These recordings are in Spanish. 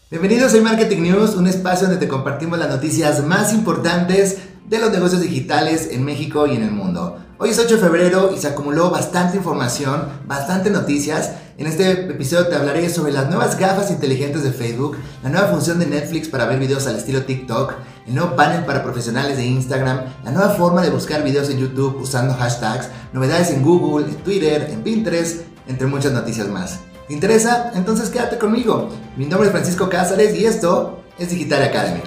Bienvenidos a Marketing News, un espacio donde te compartimos las noticias más importantes de los negocios digitales en México y en el mundo. Hoy es 8 de febrero y se acumuló bastante información, bastante noticias. En este episodio te hablaré sobre las nuevas gafas inteligentes de Facebook, la nueva función de Netflix para ver videos al estilo TikTok, el nuevo panel para profesionales de Instagram, la nueva forma de buscar videos en YouTube usando hashtags, novedades en Google, en Twitter, en Pinterest, entre muchas noticias más. ¿Te interesa? Entonces quédate conmigo. Mi nombre es Francisco Cázares y esto es Digital Academy.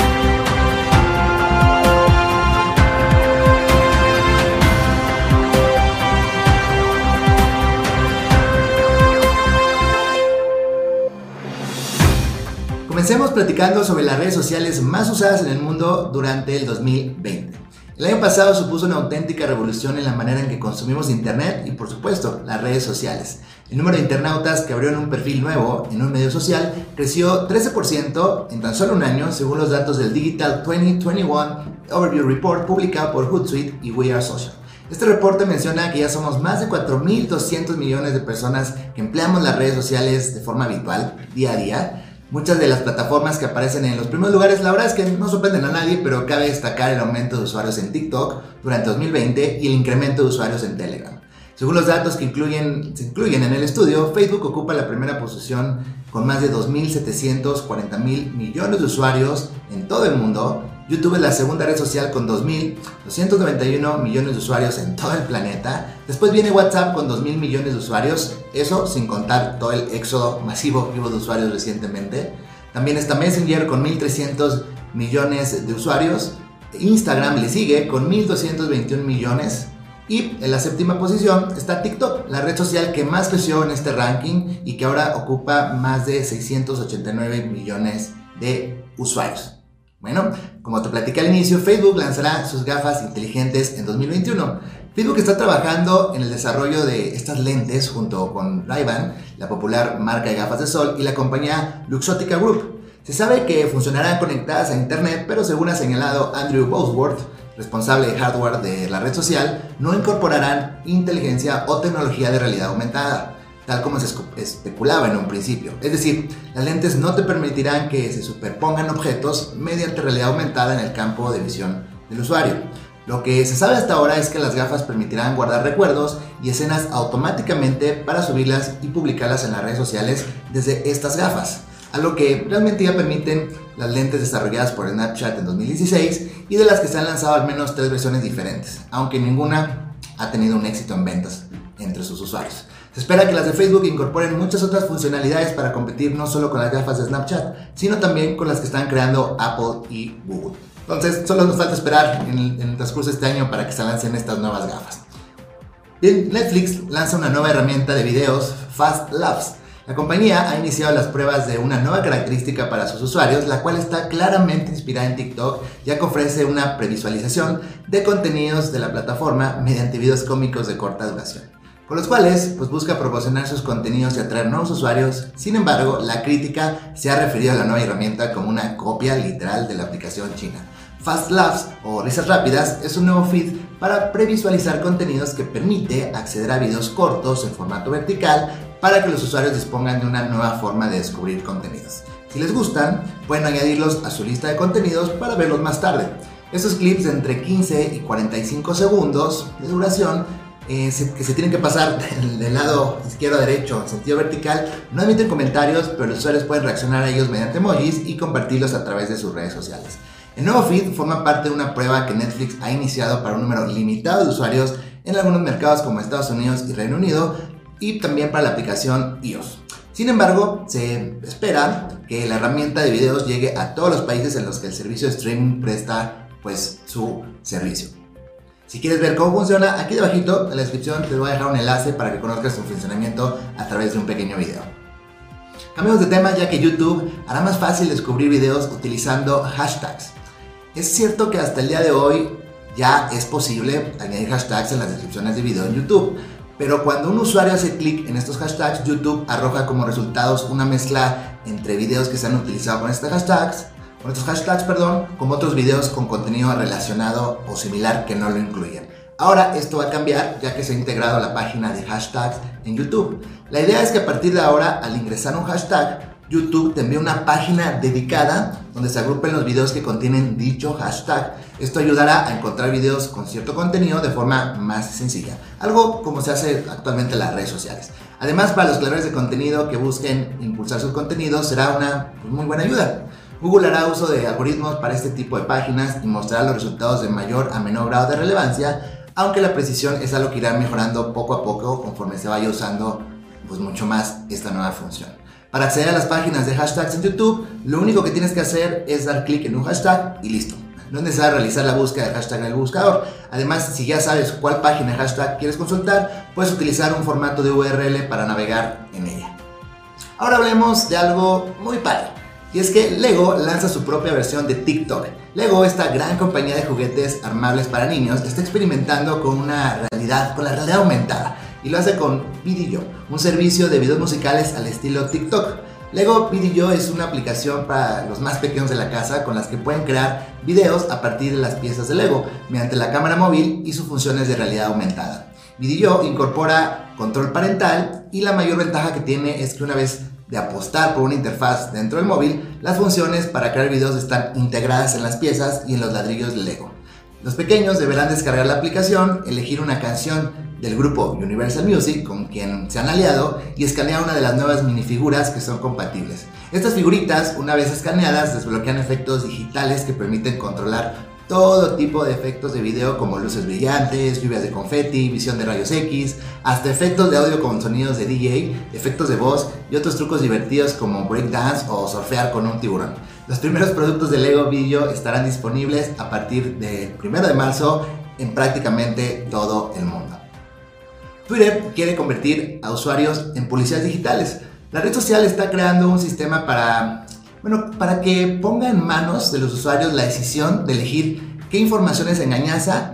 Comencemos platicando sobre las redes sociales más usadas en el mundo durante el 2020. El año pasado supuso una auténtica revolución en la manera en que consumimos internet y, por supuesto, las redes sociales. El número de internautas que abrieron un perfil nuevo en un medio social creció 13% en tan solo un año, según los datos del Digital 2021 Overview Report publicado por Hootsuite y We Are Social. Este reporte menciona que ya somos más de 4.200 millones de personas que empleamos las redes sociales de forma habitual, día a día. Muchas de las plataformas que aparecen en los primeros lugares, la verdad es que no sorprenden a nadie, pero cabe destacar el aumento de usuarios en TikTok durante 2020 y el incremento de usuarios en Telegram. Según los datos que se incluyen en el estudio, Facebook ocupa la primera posición con más de 2.740.000 millones de usuarios en todo el mundo. YouTube es la segunda red social con 2.291 millones de usuarios en todo el planeta. Después viene WhatsApp con 2.000 millones de usuarios, eso sin contar todo el éxodo masivo que hubo de usuarios recientemente. También está Messenger con 1.300 millones de usuarios. Instagram le sigue con 1.221 millones. Y en la séptima posición está TikTok, la red social que más creció en este ranking y que ahora ocupa más de 689 millones de usuarios. Bueno, como te platiqué al inicio, Facebook lanzará sus gafas inteligentes en 2021. Facebook está trabajando en el desarrollo de estas lentes junto con Ray-Ban, la popular marca de gafas de sol, y la compañía Luxottica Group. Se sabe que funcionarán conectadas a internet, pero según ha señalado Andrew Bosworth, responsable de hardware de la red social, no incorporarán inteligencia o tecnología de realidad aumentada, tal como se especulaba en un principio. Es decir, las lentes no te permitirán que se superpongan objetos mediante realidad aumentada en el campo de visión del usuario. Lo que se sabe hasta ahora es que las gafas permitirán guardar recuerdos y escenas automáticamente para subirlas y publicarlas en las redes sociales desde estas gafas, algo que realmente ya permiten las lentes desarrolladas por Snapchat en 2016 y de las que se han lanzado al menos 3 versiones diferentes, aunque ninguna ha tenido un éxito en ventas entre sus usuarios. Se espera que las de Facebook incorporen muchas otras funcionalidades para competir no solo con las gafas de Snapchat, sino también con las que están creando Apple y Google. Entonces, solo nos falta esperar en el transcurso de este año para que se lancen estas nuevas gafas. Bien, Netflix lanza una nueva herramienta de videos, Fast Labs. La compañía ha iniciado las pruebas de una nueva característica para sus usuarios, la cual está claramente inspirada en TikTok, ya que ofrece una previsualización de contenidos de la plataforma mediante videos cómicos de corta duración, con los cuales busca proporcionar sus contenidos y atraer nuevos usuarios. Sin embargo, la crítica se ha referido a la nueva herramienta como una copia literal de la aplicación china. Fast Labs o risas rápidas es un nuevo feed para previsualizar contenidos que permite acceder a videos cortos en formato vertical para que los usuarios dispongan de una nueva forma de descubrir contenidos. Si les gustan, pueden añadirlos a su lista de contenidos para verlos más tarde. Estos clips de entre 15 y 45 segundos de duración que se tienen que pasar del lado izquierdo a derecho en sentido vertical no emiten comentarios, pero los usuarios pueden reaccionar a ellos mediante emojis y compartirlos a través de sus redes sociales. El nuevo feed forma parte de una prueba que Netflix ha iniciado para un número limitado de usuarios en algunos mercados como Estados Unidos y Reino Unido, y también para la aplicación iOS. Sin embargo, se espera que la herramienta de videos llegue a todos los países en los que el servicio de streaming presta su servicio. Si quieres ver cómo funciona, aquí debajito en la descripción te voy a dejar un enlace para que conozcas su funcionamiento a través de un pequeño video. Cambiamos de tema, ya que YouTube hará más fácil descubrir videos utilizando hashtags. Es cierto que hasta el día de hoy ya es posible añadir hashtags en las descripciones de video en YouTube, pero cuando un usuario hace clic en estos hashtags, YouTube arroja como resultados una mezcla entre videos que se han utilizado con estos hashtags, como otros videos con contenido relacionado o similar que no lo incluyen. Ahora esto va a cambiar, ya que se ha integrado la página de hashtags en YouTube. La idea es que a partir de ahora, al ingresar un hashtag, YouTube te envía una página dedicada donde se agrupen los videos que contienen dicho hashtag. Esto ayudará a encontrar videos con cierto contenido de forma más sencilla, algo como se hace actualmente en las redes sociales. Además, para los creadores de contenido que busquen impulsar sus contenidos será una muy buena ayuda. Google hará uso de algoritmos para este tipo de páginas y mostrará los resultados de mayor a menor grado de relevancia, aunque la precisión es algo que irá mejorando poco a poco conforme se vaya usando mucho más esta nueva función. Para acceder a las páginas de hashtags en YouTube, lo único que tienes que hacer es dar clic en un hashtag y listo. No es necesario realizar la búsqueda de hashtag en el buscador. Además, si ya sabes cuál página de hashtag quieres consultar, puedes utilizar un formato de URL para navegar en ella. Ahora hablemos de algo muy padre. Y es que Lego lanza su propia versión de TikTok. Lego, esta gran compañía de juguetes armables para niños, está experimentando con la realidad aumentada. Y lo hace con Vidillo, un servicio de videos musicales al estilo TikTok. Lego Vidillo es una aplicación para los más pequeños de la casa con las que pueden crear videos a partir de las piezas de Lego mediante la cámara móvil y sus funciones de realidad aumentada. Vidillo incorpora control parental y la mayor ventaja que tiene es que una vez de apostar por una interfaz dentro del móvil, las funciones para crear videos están integradas en las piezas y en los ladrillos de Lego. Los pequeños deberán descargar la aplicación, elegir una canción del grupo Universal Music con quien se han aliado y escanear una de las nuevas minifiguras que son compatibles. Estas figuritas, una vez escaneadas, desbloquean efectos digitales que permiten controlar todo tipo de efectos de video como luces brillantes, lluvias de confeti, visión de rayos X, hasta efectos de audio con sonidos de DJ, efectos de voz y otros trucos divertidos como breakdance o surfear con un tiburón. Los primeros productos de Lego Vidillo estarán disponibles a partir del 1 de marzo en prácticamente todo el mundo. Twitter quiere convertir a usuarios en policías digitales. La red social está creando un sistema para que ponga en manos de los usuarios la decisión de elegir qué información es engañosa,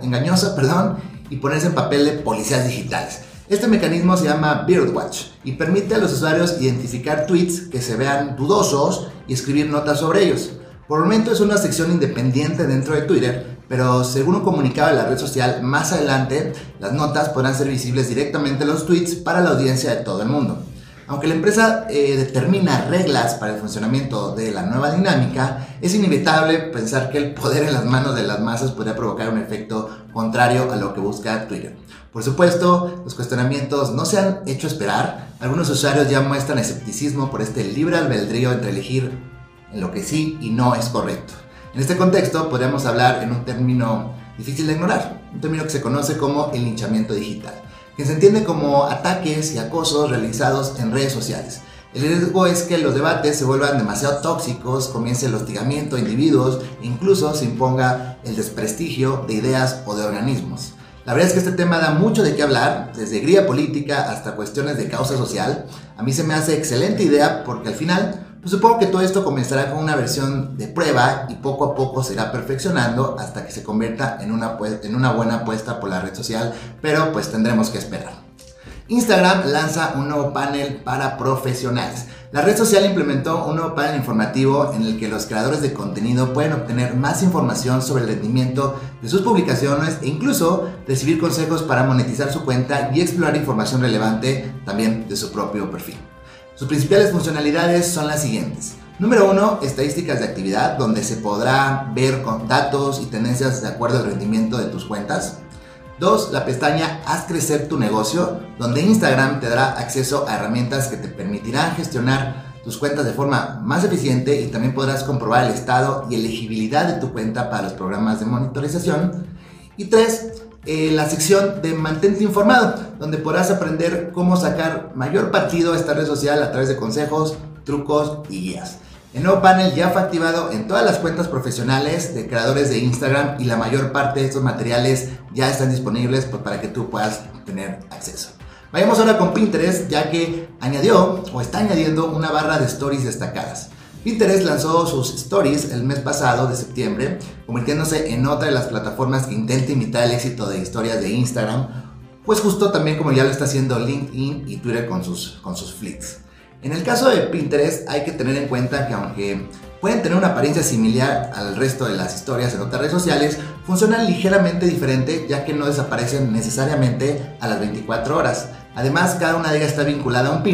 y ponerse en papel de policías digitales. Este mecanismo se llama Birdwatch y permite a los usuarios identificar tweets que se vean dudosos y escribir notas sobre ellos. Por el momento es una sección independiente dentro de Twitter, pero según un comunicado de la red social, más adelante las notas podrán ser visibles directamente en los tweets para la audiencia de todo el mundo. Aunque la empresa determina reglas para el funcionamiento de la nueva dinámica, es inevitable pensar que el poder en las manos de las masas podría provocar un efecto contrario a lo que busca Twitter. Por supuesto, los cuestionamientos no se han hecho esperar. Algunos usuarios ya muestran escepticismo por este libre albedrío entre elegir en lo que sí y no es correcto. En este contexto podríamos hablar en un término difícil de ignorar, un término que se conoce como el linchamiento digital, que se entiende como ataques y acosos realizados en redes sociales. El riesgo es que los debates se vuelvan demasiado tóxicos, comience el hostigamiento a individuos e incluso se imponga el desprestigio de ideas o de organismos. La verdad es que este tema da mucho de qué hablar, desde grilla política hasta cuestiones de causa social. A mí se me hace excelente idea porque al final supongo que todo esto comenzará con una versión de prueba y poco a poco se irá perfeccionando hasta que se convierta en una buena apuesta por la red social, pero pues tendremos que esperar. Instagram lanza un nuevo panel para profesionales. La red social implementó un nuevo panel informativo en el que los creadores de contenido pueden obtener más información sobre el rendimiento de sus publicaciones e incluso recibir consejos para monetizar su cuenta y explorar información relevante también de su propio perfil. Sus principales funcionalidades son las siguientes. Número 1, estadísticas de actividad, donde se podrá ver con datos y tendencias de acuerdo al rendimiento de tus cuentas. 2, la pestaña Haz crecer tu negocio, donde Instagram te dará acceso a herramientas que te permitirán gestionar tus cuentas de forma más eficiente y también podrás comprobar el estado y elegibilidad de tu cuenta para los programas de monitorización. Y 3, la sección de Mantente informado, donde podrás aprender cómo sacar mayor partido a esta red social a través de consejos, trucos y guías. El nuevo panel ya fue activado en todas las cuentas profesionales de creadores de Instagram y la mayor parte de estos materiales ya están disponibles para que tú puedas tener acceso. Vayamos ahora con Pinterest, ya que está añadiendo una barra de stories destacadas. Pinterest lanzó sus stories el mes pasado de septiembre, convirtiéndose en otra de las plataformas que intenta imitar el éxito de historias de Instagram, pues justo también como ya lo está haciendo LinkedIn y Twitter con sus fleets. En el caso de Pinterest hay que tener en cuenta que aunque pueden tener una apariencia similar al resto de las historias en otras redes sociales, funcionan ligeramente diferente ya que no desaparecen necesariamente a las 24 horas. Además, cada una de ellas está vinculada a un pin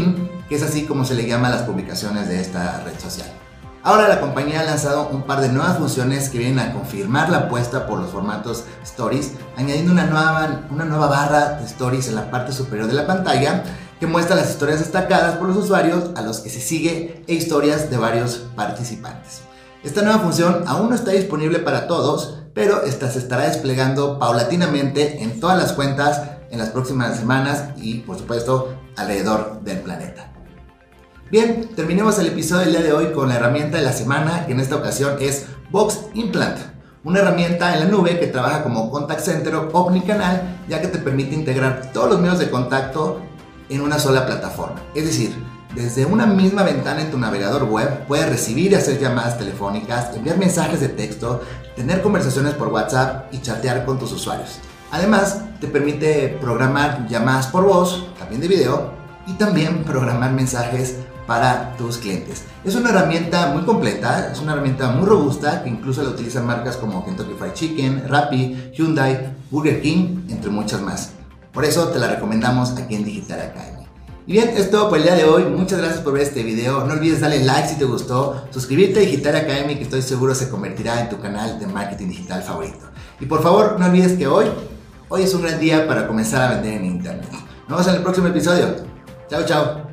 que es así como se le llama a las publicaciones de esta red social. Ahora la compañía ha lanzado un par de nuevas funciones que vienen a confirmar la apuesta por los formatos Stories, añadiendo una nueva barra de Stories en la parte superior de la pantalla que muestra las historias destacadas por los usuarios a los que se sigue e historias de varios participantes. Esta nueva función aún no está disponible para todos, pero esta se estará desplegando paulatinamente en todas las cuentas en las próximas semanas y, por supuesto, alrededor del planeta. Bien, terminemos el episodio del día de hoy con la herramienta de la semana, que en esta ocasión es Box Implant, una herramienta en la nube que trabaja como contact center omnicanal, ya que te permite integrar todos los medios de contacto en una sola plataforma. Es decir, desde una misma ventana en tu navegador web puedes recibir y hacer llamadas telefónicas, enviar mensajes de texto, tener conversaciones por WhatsApp y chatear con tus usuarios. Además, te permite programar llamadas por voz, también de video, y también programar mensajes para tus clientes. Es una herramienta muy completa, es una herramienta muy robusta que incluso la utilizan marcas como Kentucky Fried Chicken, Rappi, Hyundai, Burger King, entre muchas más. Por eso te la recomendamos aquí en Digital Academy. Y bien, es todo por el día de hoy. Muchas gracias por ver este video. No olvides darle like si te gustó, suscribirte a Digital Academy, que estoy seguro se convertirá en tu canal de marketing digital favorito. Y por favor, no olvides que hoy es un gran día para comenzar a vender en internet. Nos vemos en el próximo episodio. Chao, chao.